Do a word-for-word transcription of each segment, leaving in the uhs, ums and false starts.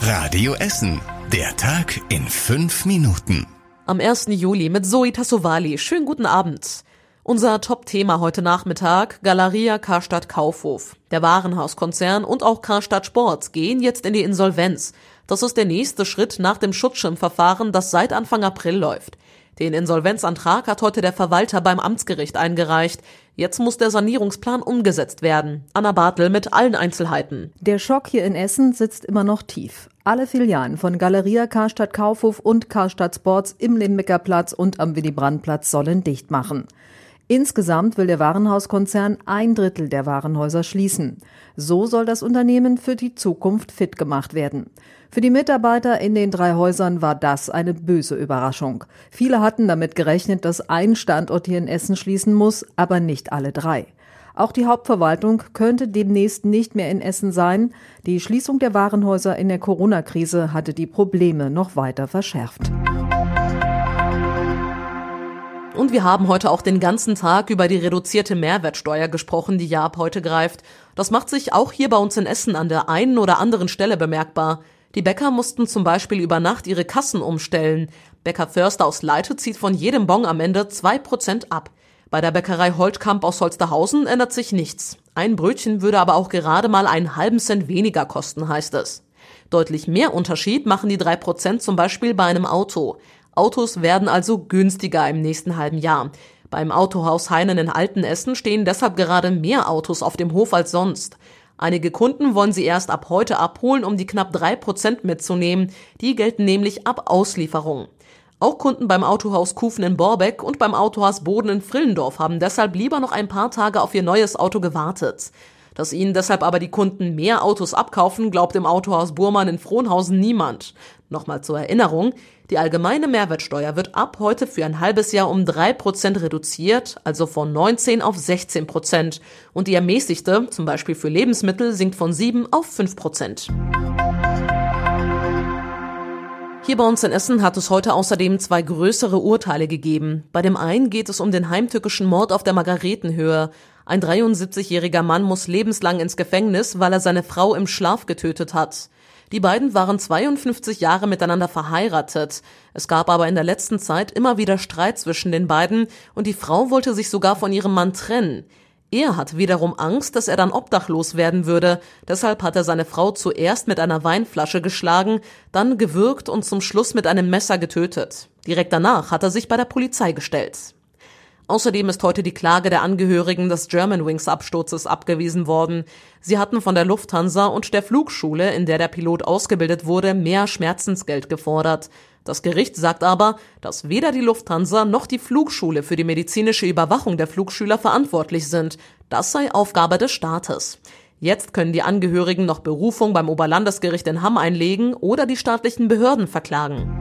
Radio Essen. Der Tag in fünf Minuten. Am ersten Juli mit Zoe Tassovali. Schönen guten Abend. Unser Top-Thema heute Nachmittag: Galeria Karstadt Kaufhof. Der Warenhauskonzern und auch Karstadt Sport gehen jetzt in die Insolvenz. Das ist der nächste Schritt nach dem Schutzschirmverfahren, das seit Anfang April läuft. Den Insolvenzantrag hat heute der Verwalter beim Amtsgericht eingereicht. Jetzt muss der Sanierungsplan umgesetzt werden. Anna Bartel mit allen Einzelheiten. Der Schock hier in Essen sitzt immer noch tief. Alle Filialen von Galeria Karstadt Kaufhof und Karstadt Sports im Limbecker-Platz und am Willy-Brandt-Platz sollen dicht machen. Insgesamt will der Warenhauskonzern ein Drittel der Warenhäuser schließen. So soll das Unternehmen für die Zukunft fit gemacht werden. Für die Mitarbeiter in den drei Häusern war das eine böse Überraschung. Viele hatten damit gerechnet, dass ein Standort hier in Essen schließen muss, aber nicht alle drei. Auch die Hauptverwaltung könnte demnächst nicht mehr in Essen sein. Die Schließung der Warenhäuser in der Corona-Krise hatte die Probleme noch weiter verschärft. Und wir haben heute auch den ganzen Tag über die reduzierte Mehrwertsteuer gesprochen, die ja ab heute greift. Das macht sich auch hier bei uns in Essen an der einen oder anderen Stelle bemerkbar. Die Bäcker mussten zum Beispiel über Nacht ihre Kassen umstellen. Bäcker Förster aus Leite zieht von jedem Bon am Ende zwei Prozent ab. Bei der Bäckerei Holtkamp aus Holsterhausen ändert sich nichts. Ein Brötchen würde aber auch gerade mal einen halben Cent weniger kosten, heißt es. Deutlich mehr Unterschied machen die drei Prozent zum Beispiel bei einem Auto. Autos werden also günstiger im nächsten halben Jahr. Beim Autohaus Heinen in Altenessen stehen deshalb gerade mehr Autos auf dem Hof als sonst. Einige Kunden wollen sie erst ab heute abholen, um die knapp drei Prozent mitzunehmen. Die gelten nämlich ab Auslieferung. Auch Kunden beim Autohaus Kufen in Borbeck und beim Autohaus Boden in Frillendorf haben deshalb lieber noch ein paar Tage auf ihr neues Auto gewartet. Dass ihnen deshalb aber die Kunden mehr Autos abkaufen, glaubt im Autohaus Burmann in Frohnhausen niemand. Nochmal zur Erinnerung: Die allgemeine Mehrwertsteuer wird ab heute für ein halbes Jahr um drei Prozent reduziert, also von neunzehn auf sechzehn Prozent. Und die ermäßigte, zum Beispiel für Lebensmittel, sinkt von sieben auf fünf Prozent. Hier bei uns in Essen hat es heute außerdem zwei größere Urteile gegeben. Bei dem einen geht es um den heimtückischen Mord auf der Margaretenhöhe. Ein dreiundsiebzigjähriger Mann muss lebenslang ins Gefängnis, weil er seine Frau im Schlaf getötet hat. Die beiden waren zweiundfünfzig Jahre miteinander verheiratet. Es gab aber in der letzten Zeit immer wieder Streit zwischen den beiden und die Frau wollte sich sogar von ihrem Mann trennen. Er hat wiederum Angst, dass er dann obdachlos werden würde. Deshalb hat er seine Frau zuerst mit einer Weinflasche geschlagen, dann gewürgt und zum Schluss mit einem Messer getötet. Direkt danach hat er sich bei der Polizei gestellt. Außerdem ist heute die Klage der Angehörigen des Germanwings-Absturzes abgewiesen worden. Sie hatten von der Lufthansa und der Flugschule, in der der Pilot ausgebildet wurde, mehr Schmerzensgeld gefordert. Das Gericht sagt aber, dass weder die Lufthansa noch die Flugschule für die medizinische Überwachung der Flugschüler verantwortlich sind. Das sei Aufgabe des Staates. Jetzt können die Angehörigen noch Berufung beim Oberlandesgericht in Hamm einlegen oder die staatlichen Behörden verklagen.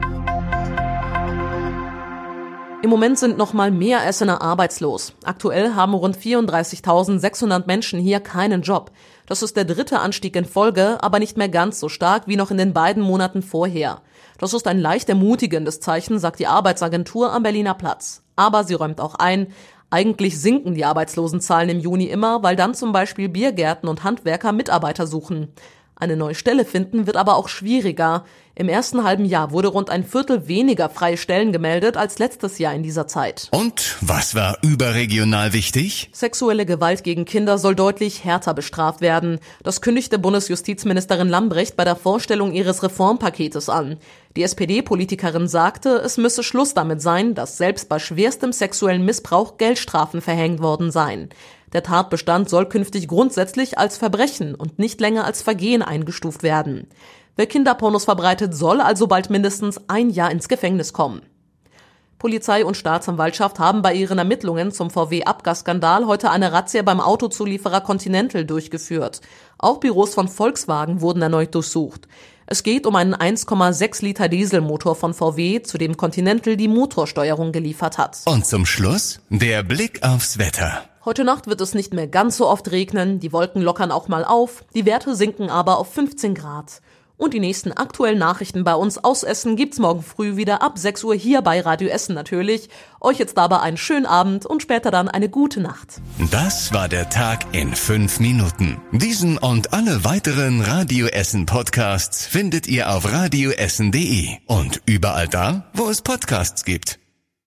Im Moment sind noch mal mehr Essener arbeitslos. Aktuell haben rund vierunddreißigtausendsechshundert Menschen hier keinen Job. Das ist der dritte Anstieg in Folge, aber nicht mehr ganz so stark wie noch in den beiden Monaten vorher. Das ist ein leicht ermutigendes Zeichen, sagt die Arbeitsagentur am Berliner Platz. Aber sie räumt auch ein, eigentlich sinken die Arbeitslosenzahlen im Juni immer, weil dann zum Beispiel Biergärten und Handwerker Mitarbeiter suchen. Eine neue Stelle finden wird aber auch schwieriger. Im ersten halben Jahr wurde rund ein Viertel weniger freie Stellen gemeldet als letztes Jahr in dieser Zeit. Und was war überregional wichtig? Sexuelle Gewalt gegen Kinder soll deutlich härter bestraft werden. Das kündigte Bundesjustizministerin Lambrecht bei der Vorstellung ihres Reformpaketes an. Die S P D-Politikerin sagte, es müsse Schluss damit sein, dass selbst bei schwerstem sexuellen Missbrauch Geldstrafen verhängt worden seien. Der Tatbestand soll künftig grundsätzlich als Verbrechen und nicht länger als Vergehen eingestuft werden. Wer Kinderpornos verbreitet, soll also bald mindestens ein Jahr ins Gefängnis kommen. Polizei und Staatsanwaltschaft haben bei ihren Ermittlungen zum V W-Abgasskandal heute eine Razzia beim Autozulieferer Continental durchgeführt. Auch Büros von Volkswagen wurden erneut durchsucht. Es geht um einen eins Komma sechs Liter Dieselmotor von V W, zu dem Continental die Motorsteuerung geliefert hat. Und zum Schluss der Blick aufs Wetter. Heute Nacht wird es nicht mehr ganz so oft regnen, die Wolken lockern auch mal auf, die Werte sinken aber auf fünfzehn Grad. Und die nächsten aktuellen Nachrichten bei uns aus Essen gibt's morgen früh wieder ab sechs Uhr hier bei Radio Essen natürlich. Euch jetzt dabei einen schönen Abend und später dann eine gute Nacht. Das war der Tag in fünf Minuten. Diesen und alle weiteren Radio Essen Podcasts findet ihr auf radioessen punkt de und überall da, wo es Podcasts gibt.